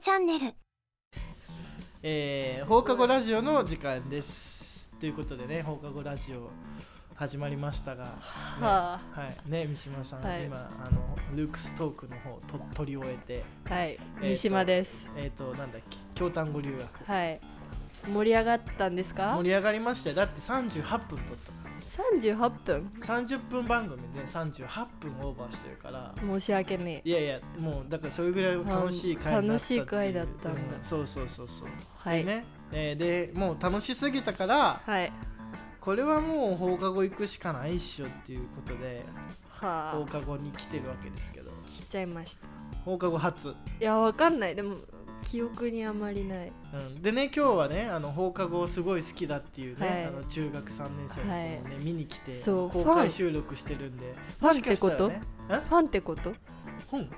チャンネル放課後ラジオの時間ですということでね、放課後ラジオ始まりましたが、ね、はいね、三島さん、はい、今ルークストークの方取り終えて、はい、 三島です。 なんだっけ、京丹後留学、 はい、盛り上がったんですか？ 盛り上がりましたよ。だって38分撮った。 38分 30分番組で38分オーバーしてるから、 申し訳ねえ。 いやいや、もうだからそれぐらい楽しい回だったっていう。 楽しい回だったんだ、 そうそうそう、 はい、 でね、でもう楽しすぎたから、はい、これはもう放課後行くしかないっしょっていうことで、はあ、放課後に来てるわけですけど。 来ちゃいました。 放課後初。いや、わかんない。でも記憶にあまりない、 でね、今日はね、放課後すごい好きだっていうね、はい、中学3年生の子もね、はい、見に来て公開収録してるんで、 ファンってこと？ファンってこと？ ファン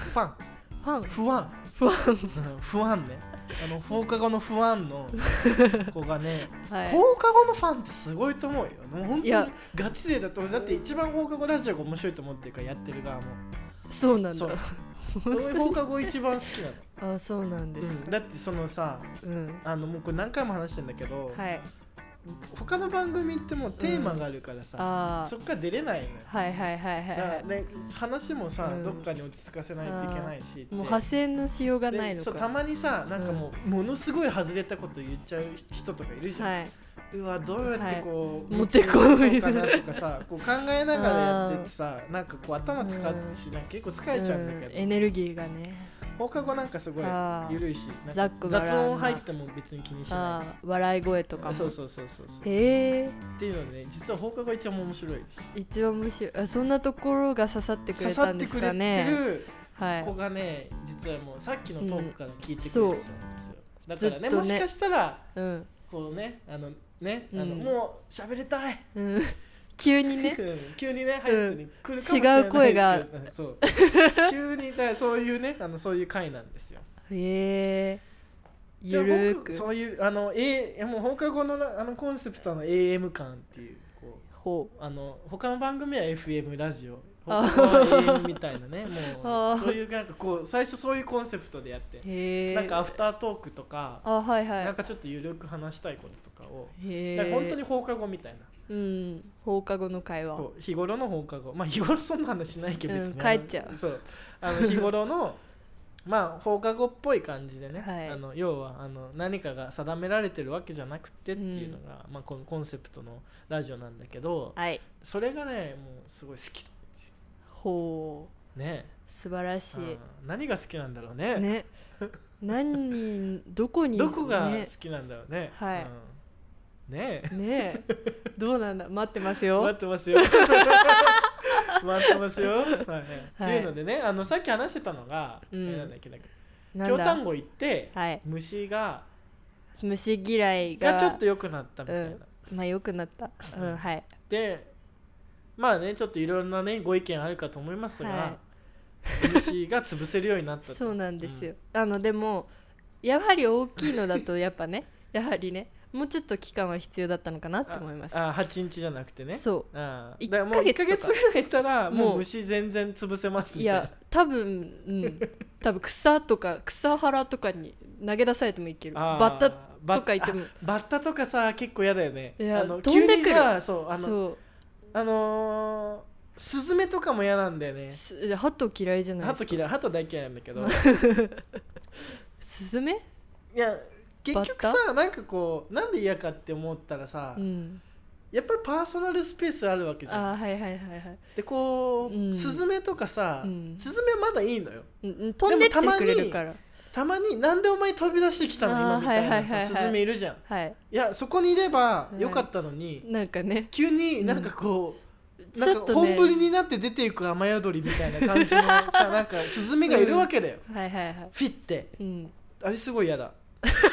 不安ね。放課後の不安の子がね、はい、放課後のファンってすごいと思うよ。もう本当にガチ勢だと。だって一番放課後ラジオが面白いと思ってるから、やってる側も。 そうなんだ。 放課後一番好きなの。 あ、そうなんですか。 だってそのさ、もうこれ何回も話してんだけど、はい、他の番組ってもうテーマがあるからさ、そっから出れないのよ。 はいはいはいはい。 で話もさ、どっかに落ち着かせないといけないし、もう派生のしようがないのか。 そう、たまにさ、なんかもうものすごい外れたこと言っちゃう人とかいるじゃん。はい、うわ、どうやってこう、 持ってこうかなとかさ、こう考えながらやっててさ、なんかこう頭使うし、なんか結構疲れちゃうんだけど、 エネルギーがね。 放課後なんかすごい緩いし、 雑音入っても別に気にしない。 笑い声とかも。 そうっていうのでね、実は放課後一番面白いし。 一番面白い。そんなところが刺さってくれたんですかね。 刺さってくれてる子がね、実はもうさっきのトークから聞いてくれてたんですよ。だからね、もしかしたらこうね、もう喋りたい。 急にね入って来るかもしれない。 違う声がそう急にそういうね、そういう回なんですよ。 へえ。ゆるーくそういうもう放課後のコンセプトの AM 感っていう、こう他の番組は FM ラジオ、他は AM みたいなね、もうそういうなんかこう最初そういうコンセプトでやって、なんかアフタートークとか、なんかちょっとゆるく話したいこととかを、本当に放課後みたいな。 放課後の会話、 日頃の放課後、まあ日頃そんな話しないけど別に、 帰っちゃう。 そう日頃のまあ放課後っぽい感じでね、要は何かが定められてるわけじゃなくてっていうのが、まあこのコンセプトのラジオなんだけど、それがね、もうすごい好きだっていう。 ほうね、素晴らしい。 何が好きなんだろうね。 どこが好きなんだろうね。ねえどうなんだ。待ってますよ。 待ってますよ。っていうのでね、さっき話してたのが、なんだっけ、京丹後行って、虫嫌いがちょっと良くなったみたいな。 まあ良くなった。はい。 で、まあね、ちょっといろんなねご意見あるかと思いますが、虫が潰せるようになった。 そうなんですよ。でもやはり大きいのだとやっぱね、やはりね、もうちょっと期間は必要だったのかなと思います。 8日じゃなくてね。 そう。 1ヶ月ぐらいいたらもう虫全然潰せますみたいな。いや、 多分草原とかに投げ出されてもいける。バッタとかいても。 バッタとかさ、結構嫌だよね。 いや、飛んでくる。 スズメとかも嫌なんだよね。 ハト嫌いじゃないですか。 ハト大嫌いなんだけど。 スズメ？ いや、結局さ、なんかこう、なんで嫌かって思ったらさ、やっぱりパーソナルスペースあるわけじゃん。でこう、スズメとかさ、スズメはまだいいのよ。 飛んでってくれるから。 たまになんでお前飛び出してきたの今みたいなさ、スズメいるじゃん。いや、そこにいればよかったのに、 なんかね、 急になんかこう、なんか本降りになって出ていく雨宿りみたいな感じのさ、なんかスズメがいるわけだよ。フィッて、あれすごい嫌だ。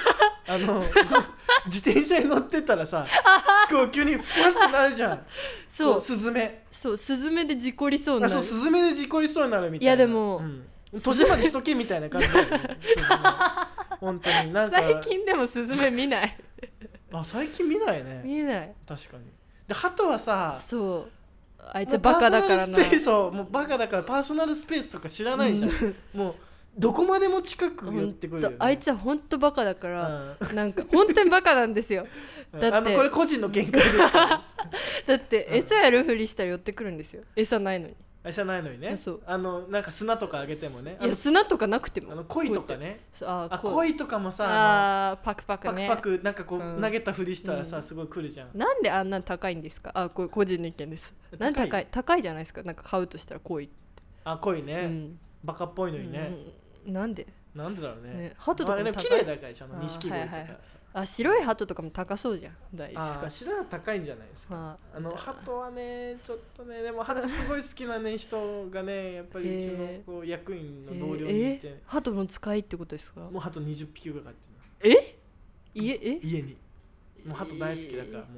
自転車に乗ってたらさ、こう急にふわってなるじゃん。そう、スズメで事故りそうになる。 そう、スズメで事故りそうになるみたいな。 いやでも、 閉じまでしとけみたいな感じだよね。本当になんか最近でもスズメ見ない。 最近見ないね。 見ない。 確かに。でハトはさ、 そう、あいつバカだからな。 そう、もうバカだからパーソナルスペースとか知らないじゃん。もうどこまでも近く寄ってくるよね。 あいつはほんとバカだから、なんか本当にバカなんですよ。だってこれ個人の見解ですからだって餌やるふりしたら寄ってくるんですよ、餌ないのに。 餌ないのにね。 そうなんか砂とかあげてもね。 いや砂とかなくても鯉とかね。 鯉鯉とかもさ、 パクパクね、 パクパクなんかこう投げたふりしたらさ、すごい来るじゃん。 なんであんな高いんですか。これ個人の意見です。なんで高いじゃないですか。なんか買うとしたら鯉。 鯉ね、バカっぽいのにね。 なんでだろうね。 鳩とかも高い。 綺麗だからでしょ、錦鯉とかさ。 白い鳩とかも高そうじゃん。大好き。 白いは高いんじゃないですか。鳩はねちょっとね、でも鳩すごい好きなね人がね、やっぱりうちのこう役員の同僚にいて、 鳩の使いってことですか。 もう鳩20匹ぐらい飼ってる。家にもう鳩大好きだから、も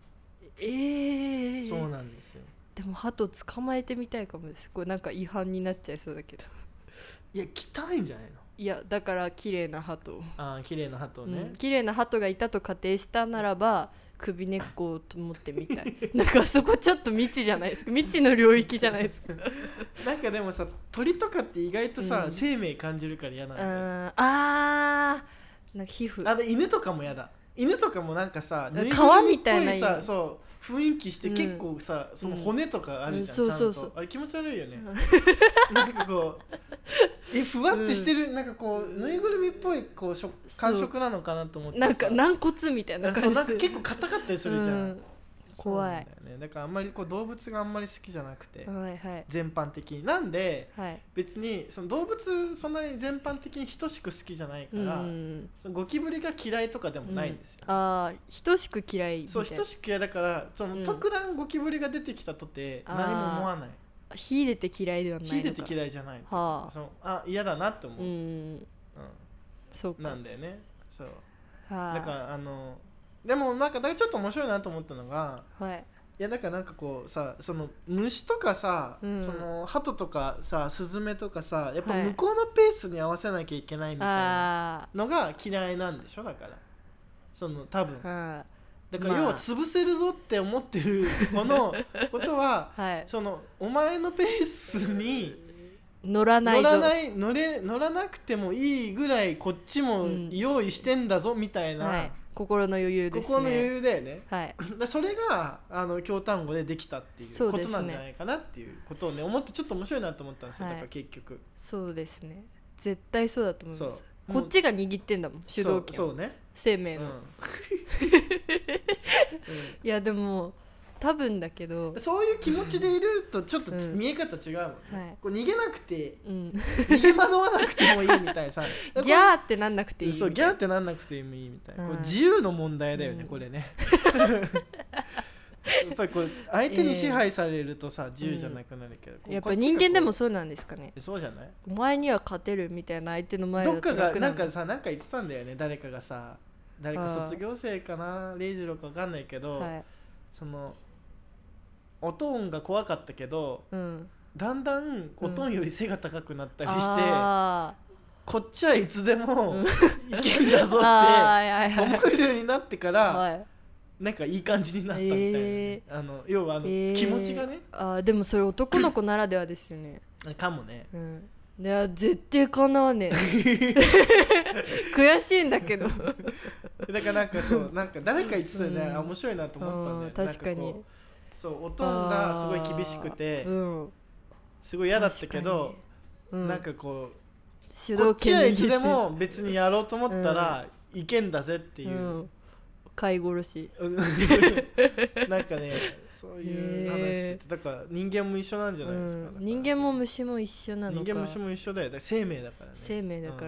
うそうなんですよ。 でも鳩捕まえてみたいかもです。これなんか違反になっちゃいそうだけど。 いや汚いんじゃないの。 いやだから綺麗な鳩を、 綺麗な鳩ね、 綺麗な鳩がいたと仮定したならば首根っこを持ってみたいなんかそこちょっと未知じゃないですか。未知の領域じゃないですかなんかでもさ、鳥とかって意外とさ、生命感じるから嫌なんだよ。 なんか皮膚、 犬とかも嫌だ。犬とかもなんかさ、 皮みたいなさ、そう雰囲気して結構さ、その骨とかあるじゃん、ちゃんと。あれ気持ち悪いよねなんかこうふわってしてる、なんかこうぬいぐるみっぽいこう感触なのかなと思ってさ、 なんか軟骨みたいな感じ。 なんか結構硬かったりするじゃん、 怖い。 だからあんまりこう動物があんまり好きじゃなくて、全般的になんで、別にその動物そんなに全般的に等しく好きじゃないから、そのゴキブリが嫌いとかでもないんですよ。 等しく嫌いみたいな。 そう等しく嫌いだから、その特段ゴキブリが出てきたとて何も思わない。 秀でて嫌いではないのか。 秀でて嫌いじゃない。嫌だなって思う。 そうか。 なんだよね。そう。だからでもなんかちょっと面白いなと思ったのが、いやだからなんかこうさ、その虫とかさ、その鳩とかさ、スズメとかさ、やっぱ向こうのペースに合わせなきゃいけないみたいなのが嫌いなんでしょ。だからその多分だから要は潰せるぞって思ってるこのことは、そのお前のペースに乗らなくてもいいぐらいこっちも用意してんだぞみたいな、 心の余裕ですね。 心の余裕だよね。それが京単語でできたっていうことなんじゃないかなっていうことをね、思ってちょっと面白いなと思ったんですよ。だから結局そうですね、絶対そうだと思います。こっちが握ってんだもん、主導権。 そうね、 生命のいやでも多分だけど、 そういう気持ちでいるとちょっと見え方違うもんね。こう逃げなくて、逃げ惑わなくてもいいみたいなさギャーってなんなくていい。 そう、ギャーってなんなくてもいいみたいな、こう自由の問題だよね、これねやっぱりこう相手に支配されるとさ、自由じゃなくなるけど、 やっぱ人間でもそうなんですかね。 そうじゃない？ お前には勝てるみたいな相手の前だと楽なの。 どっかがなんかさ、なんか言ってたんだよね、誰かがさ、誰か卒業生かな、礼二郎か分かんないけど、そのおとんが怖かったけど、だんだんおとんより背が高くなったりして、こっちはいつでもいけるんだぞって思えるようになってから、なんかいい感じになったみたいな、要は気持ちがね。 でもそれ男の子ならではですよね。 かもね。 いや絶対かなわねえ悔しいんだけどだからなんかそうなんか誰か言ってたよね、面白いなと思ったんだよ。 確かにそうおとんがすごい厳しくて、すごい嫌だったけど、なんかこうこっちはいつでも別にやろうと思ったらいけんだぜっていう、 飼い殺しなんかね、そういう話してて、だから人間も一緒なんじゃないですか。 人間も虫も一緒なのか。 人間も虫も一緒だよ。だから生命だからね。 生命だから、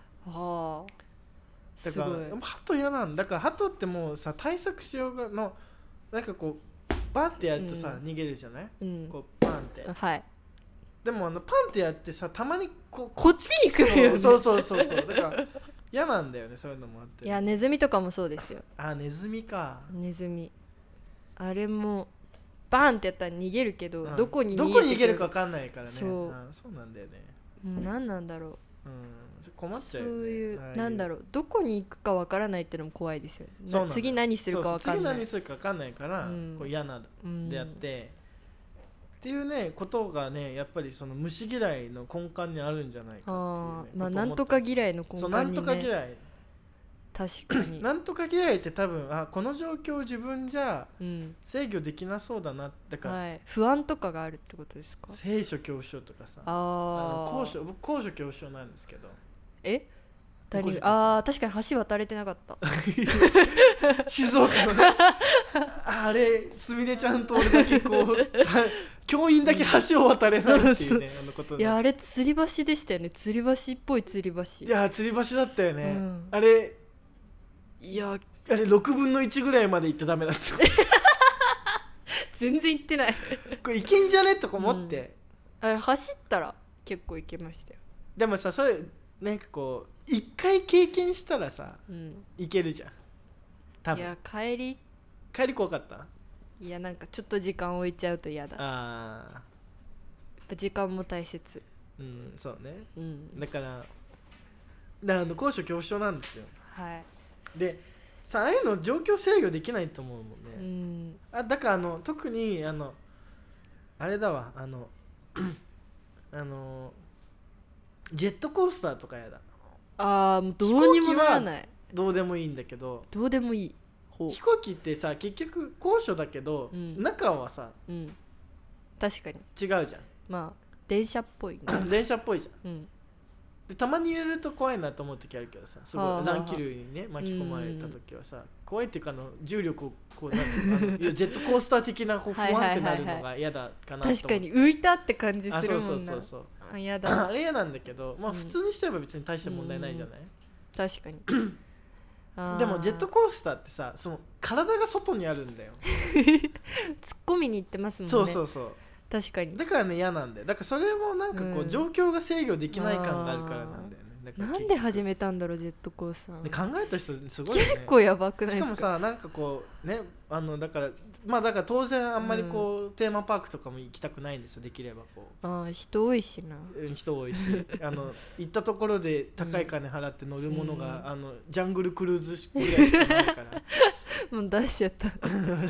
すごい。鳩嫌なんだから、鳩ってもうさ、対策しようがのなんかこうバンってやるとさ、逃げるじゃない、こうバンって。でもパンってやってさ、たまにこっちに来るよね。 そうだから嫌なんだよね、そういうのもあって。 いやネズミとかもそうですよ。 ネズミか。 ネズミあれもバーンってやったら逃げるけど、どこに逃げるか分かんないからね。そうなんだよね。 何なんだろう。 困っちゃうよね。 そういうなんだろう、どこに行くか分からないってのも怖いですよね。次何するか分かんない。 次何するか分かんないから、こう嫌なであってっっていうねことがねやっぱりその虫嫌いの根幹にあるんじゃないかっていう、ね、 まあなんとか嫌いの根幹にね。 そうなんとか嫌い確かになんとか嫌いって多分この状況自分じゃうん、 制御できなそうだなだから、 はい、不安とかがあるってことですか。 聖書恐怖症とかさ僕高所恐怖症なんですけど確かに橋渡れてなかった静岡のねあれすみれちゃんと俺だけこう教員だけ橋を渡れないっていうねあのことね。 いやあれ吊り橋でしたよね。吊り橋っぽい吊り橋。 いや吊り橋だったよね、 うん、 あれいやあれ6分の1ぐらいまで行ってダメだった全然行ってないこれ行けんじゃねとか思って、 あれ走ったら結構行けましたよ。 でもさそれなんかこう一回経験したらさ、行けるじゃん多分。 いや帰り怖かった。 いやなんかちょっと時間置いちゃうと嫌だ。やっぱ時間も大切。 そうね、だから高所恐怖症なんですよ。 はいでさああいうの状況制御できないと思うもんね、だから特にあれだわジェットコースターとかやだ。 もうどうにもならない。 どうでもいいんだけどどうでもいい。 飛行機ってさ結局高所だけど、中はさ、 確かに違うじゃん。 まあ電車っぽい、ね、 電車っぽいじゃん、でたまに揺れると怖いなと思う時あるけどさすごい乱気流にね巻き込まれた時はさ怖いっていうか重力をこうなんてジェットコースター的なこう不安ってなるのが嫌だかなと思って。 確かに浮いたって感じするもんな。 そう嫌だあれ嫌なんだけど、まあ普通にしてれば別に大した問題ないじゃない、 確かにでもジェットコースターってさその体が外にあるんだよ突っ込みに行ってますもんね。 そう確かに。 だからね嫌なんだよ。だからそれもなんかこう、状況が制御できない感があるからなんだよね。 なんで始めたんだろうジェットコースター。 で考えた人すごいよね。 結構やばくないですか。 しかもさなんかこうねだから当然あんまりこう、テーマパークとかも行きたくないんですよできればこう。 人多いしな。 人多いし行ったところで高い金払って乗るものが、ジャングルクルーズぐらいしかないからもう出しちゃった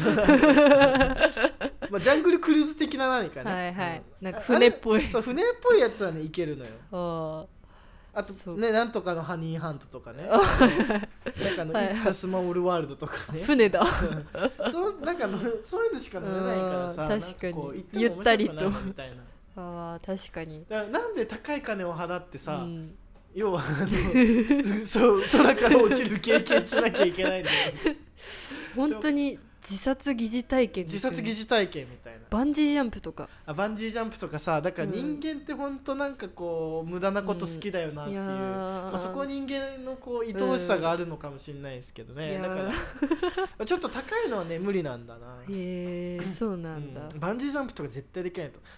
まあジャングルクルーズ的な何かね。 はいはい、なんか船っぽい。 そう船っぽいやつはね行けるのよ。あとねなんとかのハニーハントとかねなんかIt's a Small World とかね船だなんかそういうのしか乗れないからさ確かにこうゆったりとみたいな確かに。 だからなんで高い金を払ってさ、要はそう空から落ちる経験しなきゃいけないんだよ本当に自殺疑似体験ですよね。 自殺疑似体験みたいな。 バンジージャンプとかバンジージャンプとかさだから人間って本当なんかこう無駄なこと好きだよなっていう、まあ、そこは人間のこう愛おしさがあるのかもしれないですけどね、だからちょっと高いのはね無理なんだな。 へえそうなんだ、 バンジージャンプとか絶対できないと。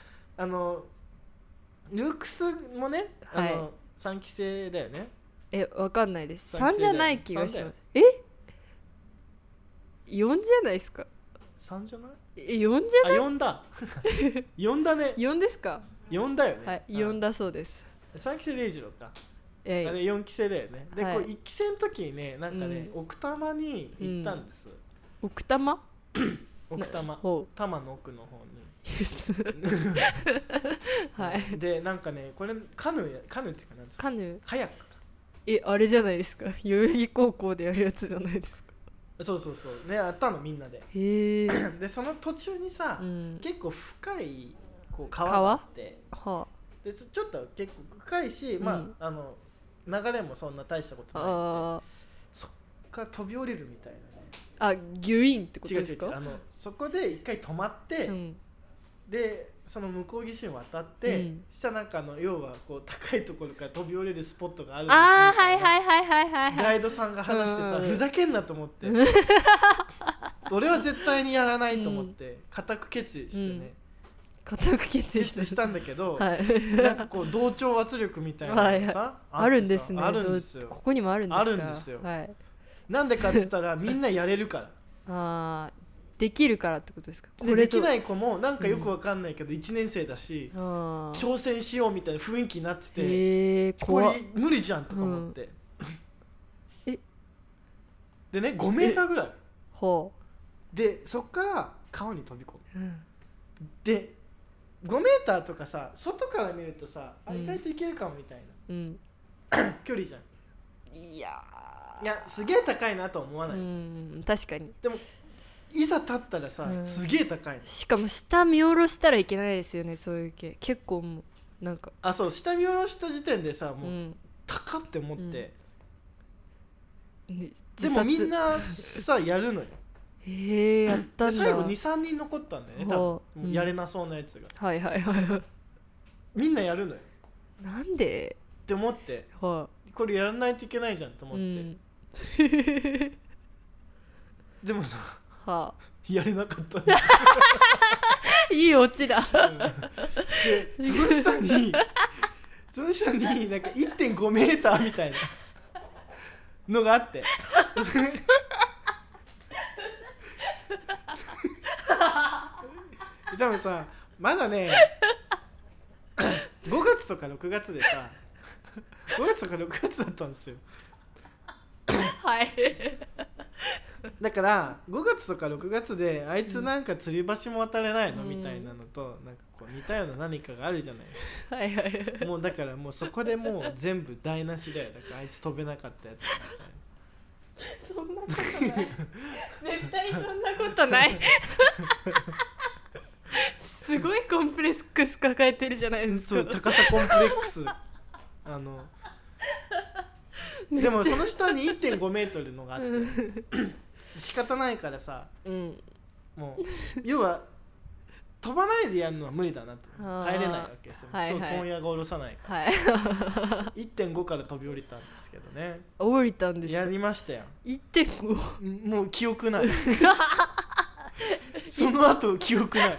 ルークスもね3期生だよね。 わかんないです。3じゃない気がします。4じゃないですか。 3じゃない？ 4じゃない？ 4だ4だね。 4ですか ？4だよね。 はい、4だそうです。 3期生礼二郎か。あれ4期生だよね。で、こう1期生の時にねなんかね、奥多摩に行ったんです。 奥多摩？ 奥多摩。多摩の奥の方に。 はい。 でなんかねこれカヌーっていうかなんですか。 カヌー？ カヤックか。 あれじゃないですか。代々木高校でやるやつじゃないですか。 そうねあったのみんなで。でその途中にさ、結構深いこう川があって、でちょっと結構深いし、まあ流れもそんな大したことないそっから飛び降りるみたいなね。 ギュインってことですか？ 違うそこで一回止まって、でその向こう岸に渡って、したらなんか要はこう高いところから飛び降りるスポットがあるんですよ。はいガイドさんが話してさ、ふざけんなと思って俺は絶対にやらないと思って固く決意してね、 固く決意したんだけど、なんかこう同調圧力みたいなのがさ、 あるんですね。 あるんですよ。 ここにもあるんですか？ あるんですよ。なんでかっつったらみんなやれるからできるからってことですか？ できない子もなんかよくわかんないけど1年生だし、挑戦しようみたいな雰囲気になってて、これ無理じゃんとか思って、でね5メーターぐらいでそっから川に飛び込む、で 5メーターとかさ外から見るとさ、意外といけるかもみたいな、距離じゃん。いやすげえ高いなとは思わないじゃん。 確かに。 でもいざ立ったらさ、すげえ高いの。 しかも下見下ろしたらいけないですよね、そういう系。結構もうなんかそう下見下ろした時点でさもう、高って思って、でもみんなさやるのよ。 やったんだ。 最後 2,3 人残ったんだよね、多分、やれなそうなやつが。はいみんなやるのよ。 なんでって思って、これやらないといけないじゃんと思って、でもさ、やれなかったんだいいオチだ。 でその下になんか 1.5 メーターみたいなのがあって多分さまだね5月とか6月でさ5月とか6月だったんですよ。だから5月とか6月であいつなんか吊り橋も渡れないの、みたいなのとなんかこう似たような何かがあるじゃないですか。もうだからもうそこでもう全部台無しだよ。だからあいつ飛べなかったやつみたいな。 そんなことない絶対そんなことないすごいコンプレックス抱えてるじゃないですか。 そう高さコンプレックスでもその下に 1.5 メートルのがあって仕方ないからさ、もう要は飛ばないでやるのは無理だなと。帰れないわけですよ、そう問屋が下ろさないから、1.5 から飛び降りたんですけどね。 降りたんですか。 やりましたよ。 1.5 もう記憶ないその後記憶ない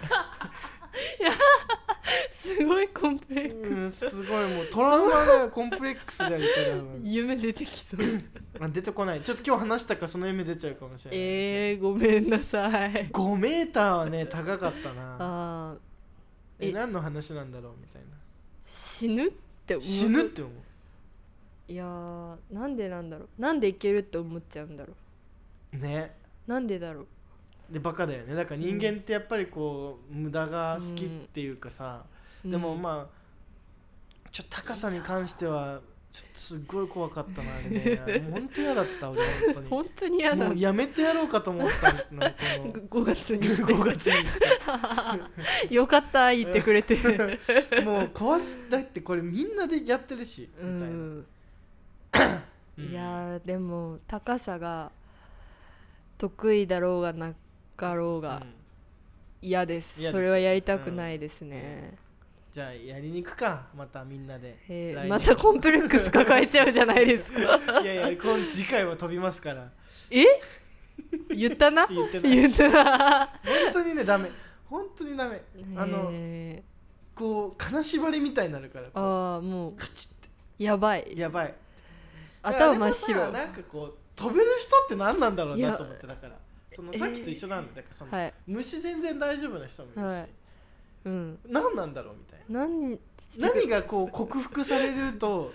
すごいコンプレックス、 すごいもうトラウマだよコンプレックスであり夢出てきそう出てこない。ちょっと今日話したからその夢出ちゃうかもしれない。 ごめんなさい。 5メーターはね高かったな。何の話なんだろうみたいな。死ぬって思う。 いやーなんでなんだろう。なんでいけるって思っちゃうんだろうね。 なんでだろう。 でバカだよね。だから人間ってやっぱりこう、無駄が好きっていうかさ、でもまあちょっと高さに関してはちょっとすっごい怖かったなあれね。もう本当に嫌だった俺本当に本当に嫌だ。 もうやめてやろうかと思ったのこの 5月にして 5月にしてよかった言ってくれてもう壊すだってこれみんなでやってるしみたいな。 いやでも高さが得意だろうがなかろうが嫌です、それはやりたくないですね、 じゃあやりに行くかまたみんなで、 またコンプレックス抱えちゃうじゃないですかいや次回は飛びますから。 言ったな言ってない本当にねダメ本当にダメ。こう金縛りみたいになるからもうカチッてやばい頭真っ白。 なんかこう飛べる人って何なんだろうなと思って。だからそのさっきと一緒なんだ。だからその、虫全然大丈夫な人もいるし、何なんだろうみたいな。何がこう克服されると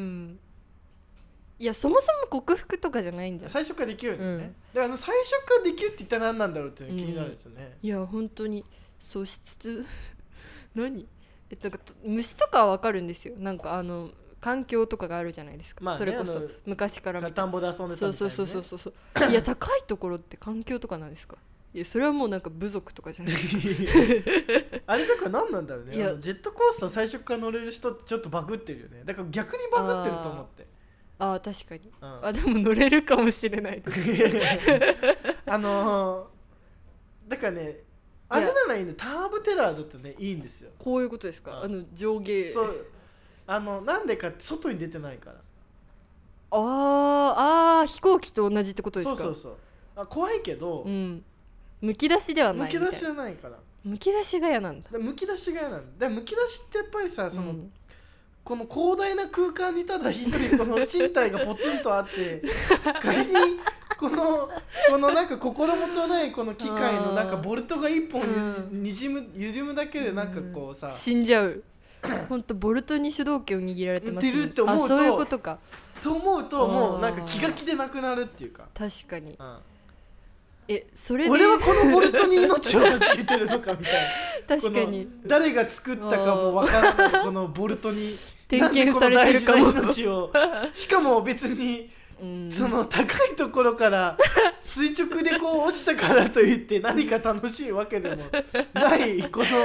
いやそもそも克服とかじゃないんだよ。 最初からできるんだよね、だから最初からできるって一体何なんだろうっていうのが気になるんですよね、 いや本当に素質何なんか虫とかは分かるんですよ。なんか環境とかがあるじゃないですか、それこそ昔から見て田んぼで遊んでたみたいな、ね、 そういや高いところって環境とかなんですか。いやそれはもうなんか部族とかじゃないですかあれだから何なんだろうね。ジェットコースター最初から乗れる人ってちょっとバグってるよね。だから逆にバグってると思って。 確かに、でも乗れるかもしれないだからねあれならいいね。ターボテラードってねいいんですよ。 こういうことですか。上下そうなんでかって外に出てないから。 飛行機と同じってことですか。 そう怖いけど、 むき出しではないみたいな。 むき出しじゃないから。 むき出しが嫌なんだ。 むき出しが嫌なんだ。むき出しってやっぱりさこの広大な空間にただ一人この身体がポツンとあって仮にこのなんか心もとないこの機械のなんかボルトが一本緩むだけでなんかこうさ、 死んじゃう。ほんとボルトに主導権を握られてますね。 って思うとそういうことかと思うともうなんか気が気でなくなるっていうか。 確かに、それで俺はこのボルトに命を預けてるのかみたい確かに誰が作ったかもわからないこのボルトに点検されてるかも。 なんでこの大事な命をしかも別にその高いところから垂直でこう落ちたからといって何か楽しいわけでもない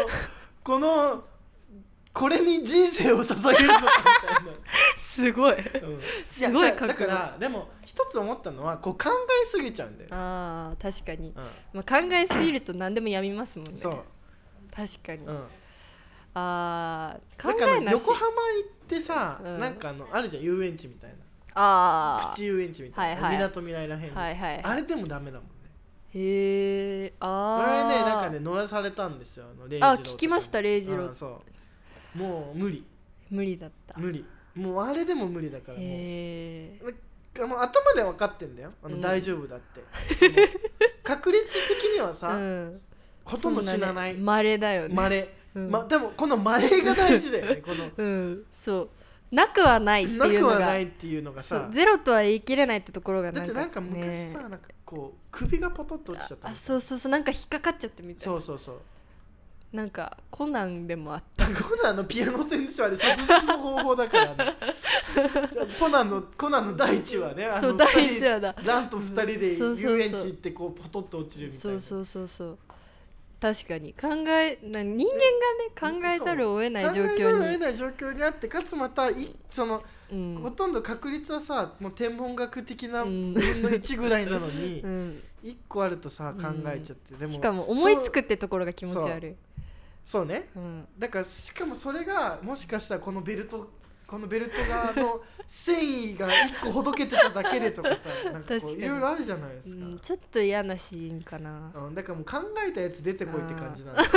これに人生を捧げるのかみたいなすごい、すごいだからでも一つ思ったのはこう考えすぎちゃうんだよ。 あー確かに、まあ、考えすぎると何でもやみますもんね。 そう確かに、 あ考えなし横浜行ってさ、なんかあるじゃん遊園地みたいな、 プチ遊園地みたいな、みなとみらいらへんに、あれでもダメだもんね。 へえ。 あれねなんかね乗らされたんですよ聞きました礼二郎。 そうもう無理だった。 無理もうあれでも無理だから。 へもう頭で分かってんだよ大丈夫だって確率的にはさ、ほとんど死なない。 稀だよね。 稀、でもこの稀が大事だよねこのそうなくはないっていうのがさゼロとは言い切れないってところがだってなんか昔さなんかこう首がポトッと落ちちゃった。 そうなんか引っかかっちゃってみたいな。 そうなんかコナンでもあった。 コナンのピアノ戦でしょあれ殺人の方法だからねコナンの第一話ね第一話だ。 ランと2人で遊園地行ってこうポトッと落ちるみたいな。 そう確かに人間がね考えざるを得ない状況にあってかつまたほとんど確率はさもう天文学的な分の1ぐらいなのに、1個あるとさ考えちゃって、でもしかも思いつくってところが気持ち悪い。 そうね、だからしかもそれがもしかしたらこのベルト側の繊維が1個ほどけてただけでとかさなんかこういろいろあるじゃないですか。 ちょっと嫌なシーンかな。 だからもう考えたやつ出てこいって感じなんだ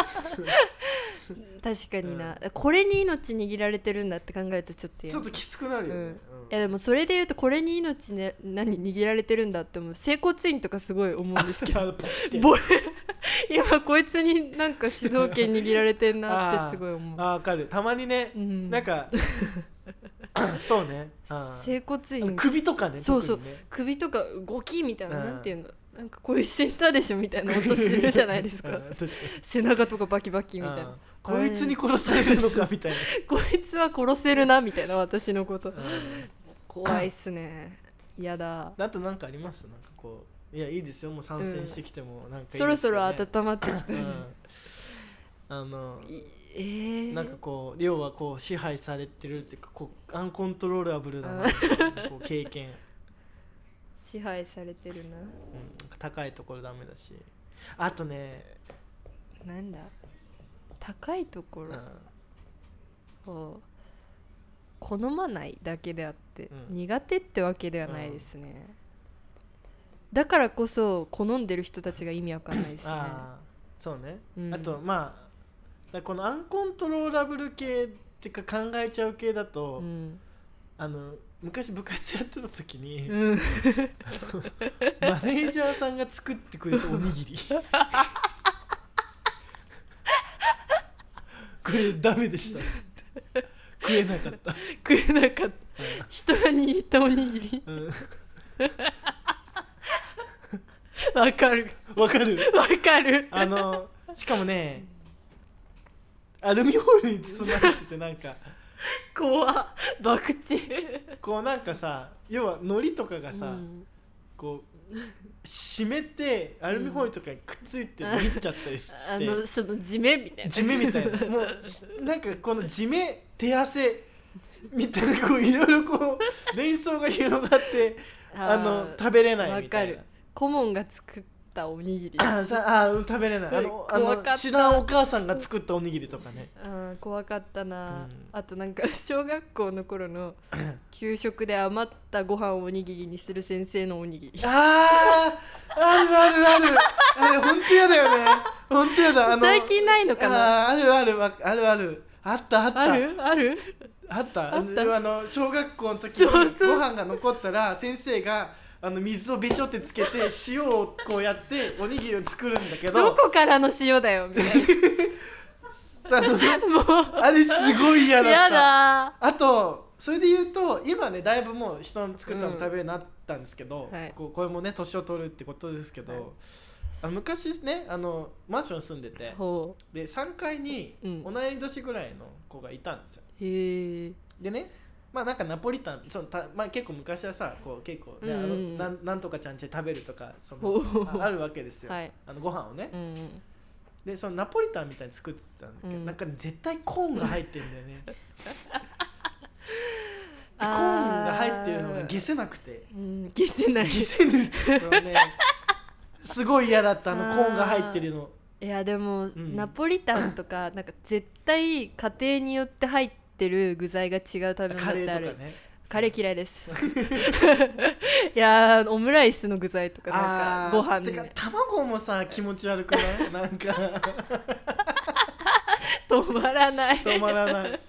確かにな、これに命握られてるんだって考えるとちょっとちょっときつくなるよね。 いやでもそれで言うとこれに命、握られてるんだって思う整骨院とかすごい思うんですけど今こいつになんか主導権握られてんなってすごい思う。 わかるたまにね、なんかそうね整骨院首とかねそう首とかゴキみたいななんていうのなんかこういう死んだでしょみたいな音するじゃないですか背中とかバキバキみたいなこいつに殺されるのかみたいなこいつは殺せるなみたいな私のこと怖いっすね。やだ。 あとなんかありますなんかこういやいいですよもう参戦してきてもなんかいいですよ、ねそろそろ温まってきたなんかこう要はこう支配されてるっていうかこうアンコントローラブルなこう経験支配されてるな、 高いところダメだしあとねなんだ高いところを好まないだけであって、苦手ってわけではないですね、だからこそ好んでる人たちが意味わかんないですね。 そうね、あとまあこのアンコントローラブル系ってか考えちゃう系だと、昔部活やってた時に、マネージャーさんが作ってくれたおにぎりこれダメでした食えなかった人が握ったおにぎりわかるしかもねアルミホイルに包まれててなんか怖っ博打こうなんかさ要は海苔とかがさ、こう締めてアルミホイルとかにくっついて切っちゃったりして、 その締めみたいなもうなんかこの締め手汗みたいなこういろいろこう連想が広がって食べれないみたいな。 顧問が作ったおにぎり食べれない知らんお母さんが作ったおにぎりとかね怖かったな、あとなんか小学校の頃の給食で余ったご飯をおにぎりにする先生のおにぎりあれ本当やだよね本当やだ最近ないのかな。 あるあった小学校の時にご飯が残ったら先生が水をべちょってつけて塩をこうやっておにぎりを作るんだけどどこからの塩だよみたいなあれすごい嫌だった。 やだ。 あとそれで言うと今ねだいぶもう人の作ったの食べるようになったんですけど、これもね年を取るってことですけど、 昔ねマンション住んでて、で3階に同い年ぐらいの子がいたんですよ、へえ。でね、まあなんかナポリタンまあ、結構昔はさこう結構、ね、なんとかちゃんちで食べるとかあるわけですよ、はい、ご飯をね、でそのナポリタンみたいに作ってたんだけど、なんか、ね、絶対コーンが入ってんだよねコーンが入ってるのが消せなくて、 消せないすごい嫌だったコーンが入ってるの。 いやでも、ナポリタンとかなんか絶対家庭によって入ってる具材が違う食べ物ってある。カレーとかね。カレー嫌いですいやオムライスの具材とかなんかご飯ね。てか卵もさ気持ち悪くないなんか止まらない卵なんか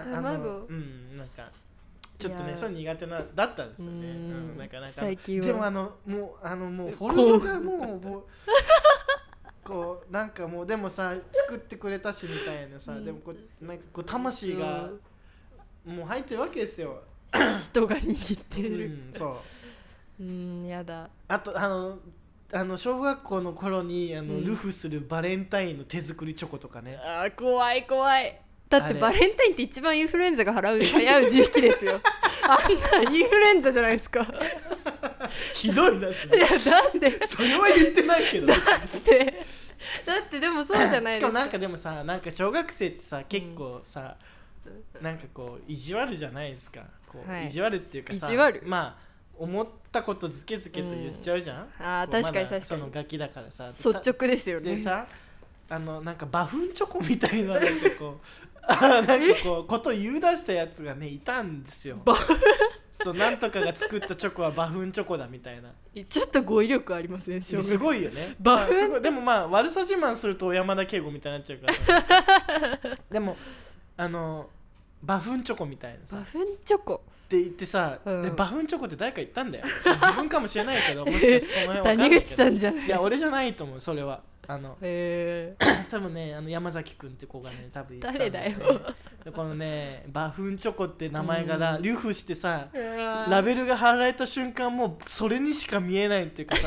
ちょっとねそういう苦手だったんですよね。なんか最近はでももうフォルドがもうこうなんかもうでもさ作ってくれたしみたいなさ、でもなんか魂がもう入ってるわけですよ。 人が握ってる、 そうやだ。 あと小学校の頃にルフするバレンタインの手作りチョコとかね。 怖い怖い。だってバレンタインって一番インフルエンザが流行う時期ですよあんなインフルエンザじゃないですかひどいなそれ。 いやだってそれは言ってないけどだってでもそうじゃないですか。 しかもなんかでもさなんか小学生ってさ結構さ、なんかこう意地悪じゃないですかこう、はい、意地悪っていうかさまあ思ったことずけずけと言っちゃうじゃん、 確かに確かにそのガキだからさ率直ですよね。 でさなんかバフンチョコみたいななんかこうなんかこうこと言い出したやつがねいたんですよ。そうなんとかが作ったチョコはバフンチョコだみたいな。 ちょっと語彙力ありますね。 すごいよね。すごいでもまあ悪さ自慢すると小山田圭吾みたいになっちゃうからでもバフンチョコみたいなさバフンチョコって言ってさ、でバフンチョコって誰か言ったんだよ自分かもしれないけどもしかしてその辺分かんないけど谷口さんじゃない。 いや俺じゃないと思うそれは。多分ね山崎くんって子がね多分言ったんだよね。 誰だよこのねバフンチョコって名前がリュフしてさ、ラベルが貼られた瞬間もうそれにしか見えないっていうかさ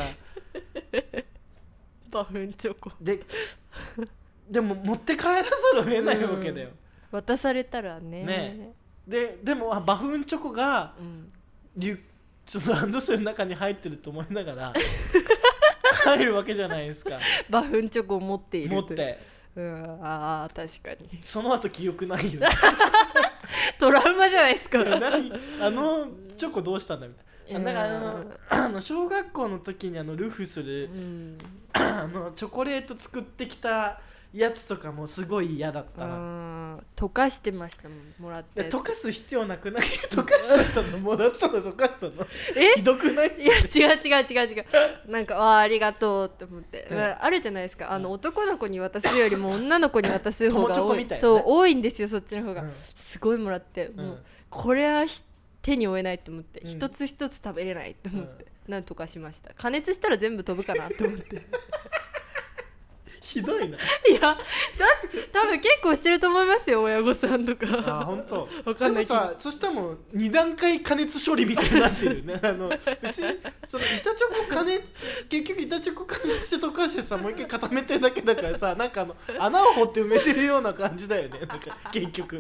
バフンチョコでも持って帰らざるを得ないわけだよ、 渡されたらね。 でもバフンチョコが、ちょっとランドセルの中に入ってると思いながら帰るわけじゃないですか。 バフンチョコを持っている持って確かにその後記憶ないよねトラウマじゃないですかチョコどうしたんだみたいな。だから小学校の時にルフする、チョコレート作ってきたやつとかもすごい嫌だったな。 溶かしてましたもんもらって溶かす必要なくない溶かしたのもらったの溶かしたのひどくない？ いや違うなんかありがとうって思って、あるじゃないですか男の子に渡すよりも女の子に渡す方が多い、ね、そう多いんですよそっちの方が、すごいもらって、もうこれは手に負えないと思って、一つ一つ食べれないと思って、なんとかしました。加熱したら全部飛ぶかなと思ってひどいな。 いやだって多分結構してると思いますよ親御さんとか。 本当。 わかんないけど。 でもさそしたらもう2段階加熱処理みたいになってるね別にその板チョコ加熱結局板チョコ加熱して溶かしてさもう一回固めてるだけだからさなんか穴を掘って埋めてるような感じだよねなんか結局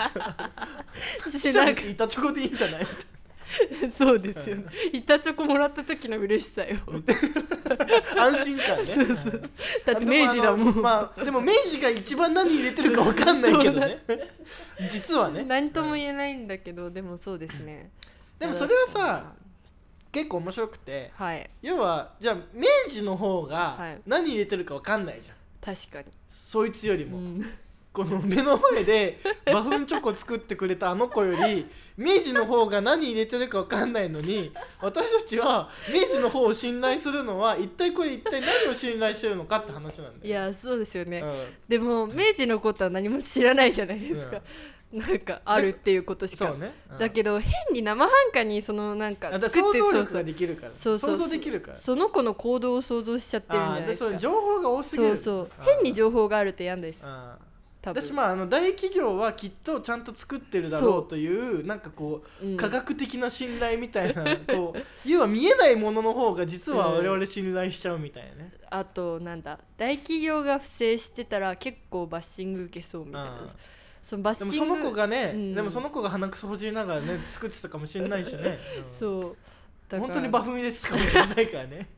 したら別に板チョコでいいんじゃないみたいなそうですよね、板チョコもらった時の嬉しさよ安心感ねそうだって明治だもん。 でも明治が一番何入れてるか分かんないけどね実はね何とも言えないんだけど、でもそうですね。 でもそれはさ結構面白くて、要はじゃあ明治の方が何入れてるか分かんないじゃん、 確かにそいつよりも、この目の前でバフンチョコ作ってくれたあの子より明治の方が何入れてるか分かんないのに、私たちは明治の方を信頼するのは一体何を信頼してるのかって話なんだよ。 いやそうですよね、でも明治のことは何も知らないじゃないですか、なんかあるっていうことしか、だけど変に生半可にそのなんか作って想像力ができるから、想像できるからその子の行動を想像しちゃってるんじゃないですか。 情報が多すぎる。 変に情報があると嫌です。 多分私大企業はきっとちゃんと作ってるだろうというなんかこう、科学的な信頼みたいなこう要は見えないものの方が実は我々信頼しちゃうみたいなね、 あと大企業が不正してたら結構バッシング受けそうみたいな、そのバッシングでもその子がね、でもその子が鼻くそほじりながらね作ってたかもしれないしね、 そうだから本当にバフン入れてたかもしれないからね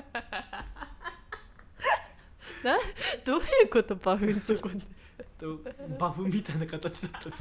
どういうことバフンチョコってバフンみたいな形だったじ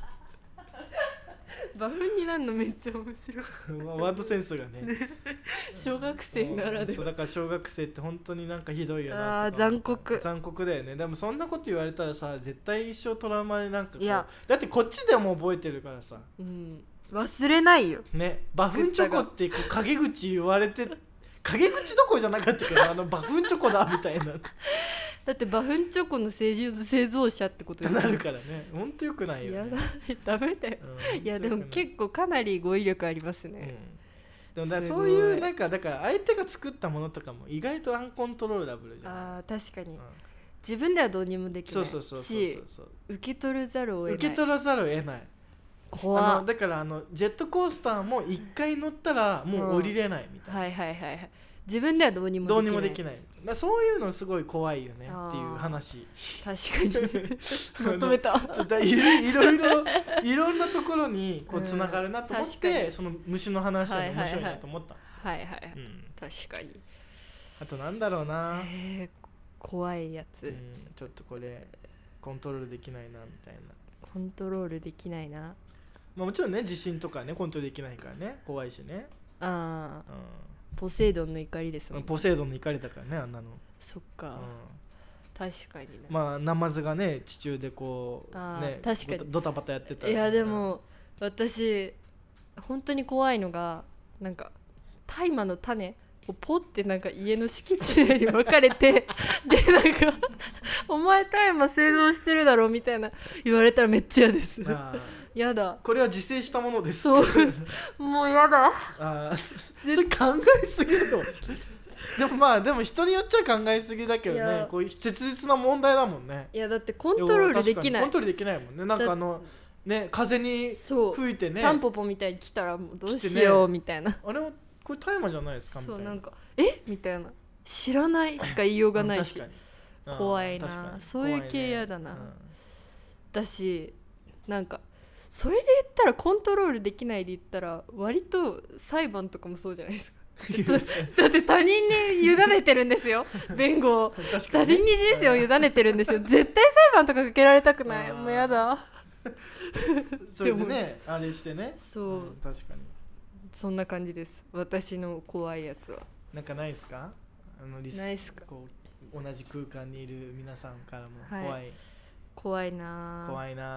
バフンになるのめっちゃ面白いワードセンスがね小学生ならではだから小学生って本当になんかひどいよなとか残酷だよね。でもそんなこと言われたらさ絶対一生トラウマでなんかこういやだってこっちでも覚えてるからさ、 忘れないよね、バフンチョコってこう陰口言われて陰口どころじゃなかったけどバフンチョコだみたいなだってバフンチョコの製造者ってことですよなるからね。ほんとよくないよね。 やだダメだよ、いやでも結構かなり語彙力ありますね、 でもそういうなんかだから相手が作ったものとかも意外とアンコントローラブルじゃない。 確かに、自分ではどうにもできないし受け取らざるを得ない怖だからジェットコースターも1回乗ったらもう降りれないみたいな、 はい自分ではどうにもできないそういうのすごい怖いよねっていう話。 確かにまとめたいろんなところにこうつながるなと思って、その虫の話は面白いなと思ったんですよ。 確かに。 あとなんだろうな、 怖いやつ、 ちょっとこれコントロールできないなみたいな。 コントロールできないな、 もちろんね地震とかねコントロールできないからね怖いしね。 ポセイドンの怒りですもんね。 ポセイドンの怒りだからねあんなの。 そっか、確かにね。 ナマズがね地中でこうね確かにドタバタやってたら、 いやでも、私本当に怖いのがなんか大麻の種をポってなんか家の敷地内に分かれてでなんかお前大麻製造してるだろみたいな言われたらめっちゃ嫌です。やだ、 これは自生したものです。 そうもうやだそれ考えすぎるよでも人によっちゃ考えすぎだけどね、こういう切実な問題だもんね。 いやだってコントロールできない、 コントロールできないもんね。なんかね風に吹いてねタンポポみたいに来たらもうどうしようみたいな、 あれはこれ大麻じゃないですかみたいな。 そうなんかみたいな知らないしか言いようがないし怖いな、そういう系嫌だな、だしなんかそれで言ったらコントロールできないで言ったら割と裁判とかもそうじゃないですかだって他人に委ねてるんですよ弁護を他人に人生を委ねてるんですよ絶対裁判とかかけられたくない、もうやだそれでねあれしてね、 そう、 確かにそんな感じです。私の怖いやつはなんかないですか？ ないっすか？ こう同じ空間にいる皆さんからも怖いな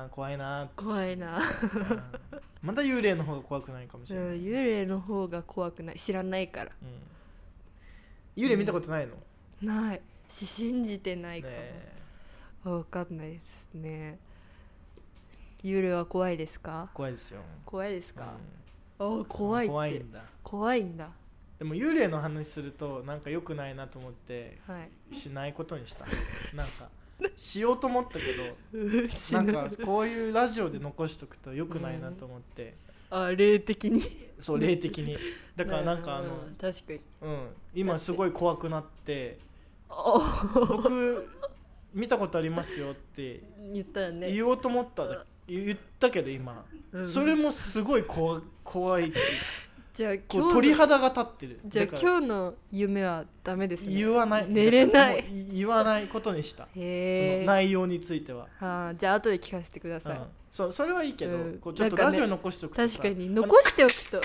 また幽霊の方が怖くないかもしれない、 幽霊の方が怖くない、知らないから、 幽霊見たことないの？ ないし信じてないかも、分かんないですね。幽霊は怖いですか？ 怖いですよ。 怖いですか？怖いって怖いんだ。 でも幽霊の話するとなんか良くないなと思ってしないことにした、なんかしようと思ったけどなんかこういうラジオで残しとくと良くないなと思って、 霊的にそう霊的にだからなんか確かに、 今すごい怖くなって僕見たことありますよって言ったよね、 言おうと思った言ったけど今、それもすごい怖いってじゃあこう鳥肌が立ってる。 じゃあ今日の夢はダメですね。 言わない、 寝れない、 言わないことにした。その内容については、 じゃあ後で聞かせてください、 それはいいけど、こうちょっとラジオに残しておくと確かに残しておくと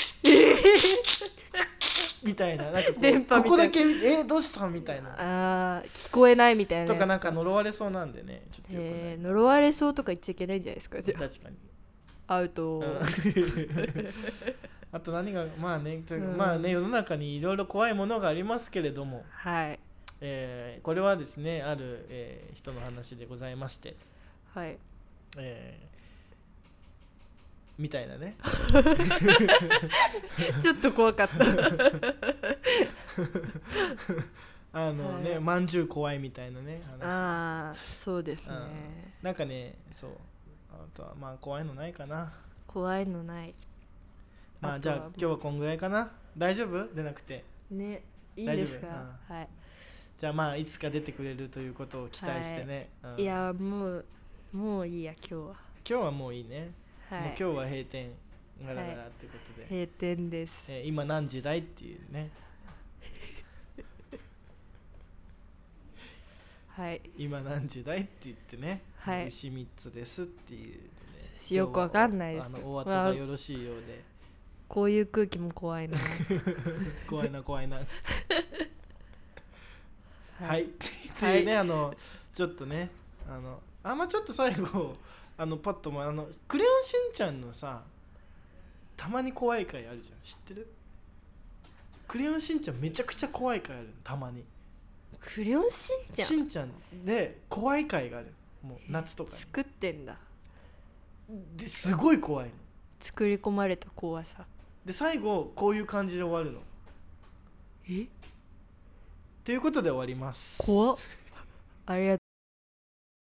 みたいな、なんか電波みたいな、 ここだけどうしたみたいな、 聞こえないみたいなとかなんか呪われそうなんでね、ちょっとよくない、 呪われそうとか言っちゃいけないんじゃないですか。じゃあ確かにアウト、 あと何がまあね世の中にいろいろ怖いものがありますけれども、これはですねある、人の話でございまして、みたいなねちょっと怖かったね、まんじゅう怖いみたいなね話。 ああそうですね、 なんかね、そう、あとはまあ怖いのないかな。 怖いのない。 まあじゃあ今日はこんぐらいかな。大丈夫でなくてね、いいですか、はい。 じゃあまあいつか出てくれるということを期待してね、 いやもういいや今日はもういいね、もう今日は閉店ガラガラってことで、 閉店です、 今何時だいっていうねはい、 今何時だいって言ってね、 はい、 牛3つですっていう、ね、 よくわかんないです。 お後がよろしいようで、 こういう空気も怖いな怖いな怖いなっつってはいっていうね、ちょっとねちょっと最後パッともクレヨンしんちゃんのさ、たまに怖い回あるじゃん、知ってる？クレヨンしんちゃんめちゃくちゃ怖い回ある、たまに。 クレヨンしんちゃん、 しんちゃんで怖い回がある、もう夏とかに作ってんだ。 ですごい怖いの、 作り込まれた怖さで最後こういう感じで終わるの。ということで終わります。 怖っ。ありがとう。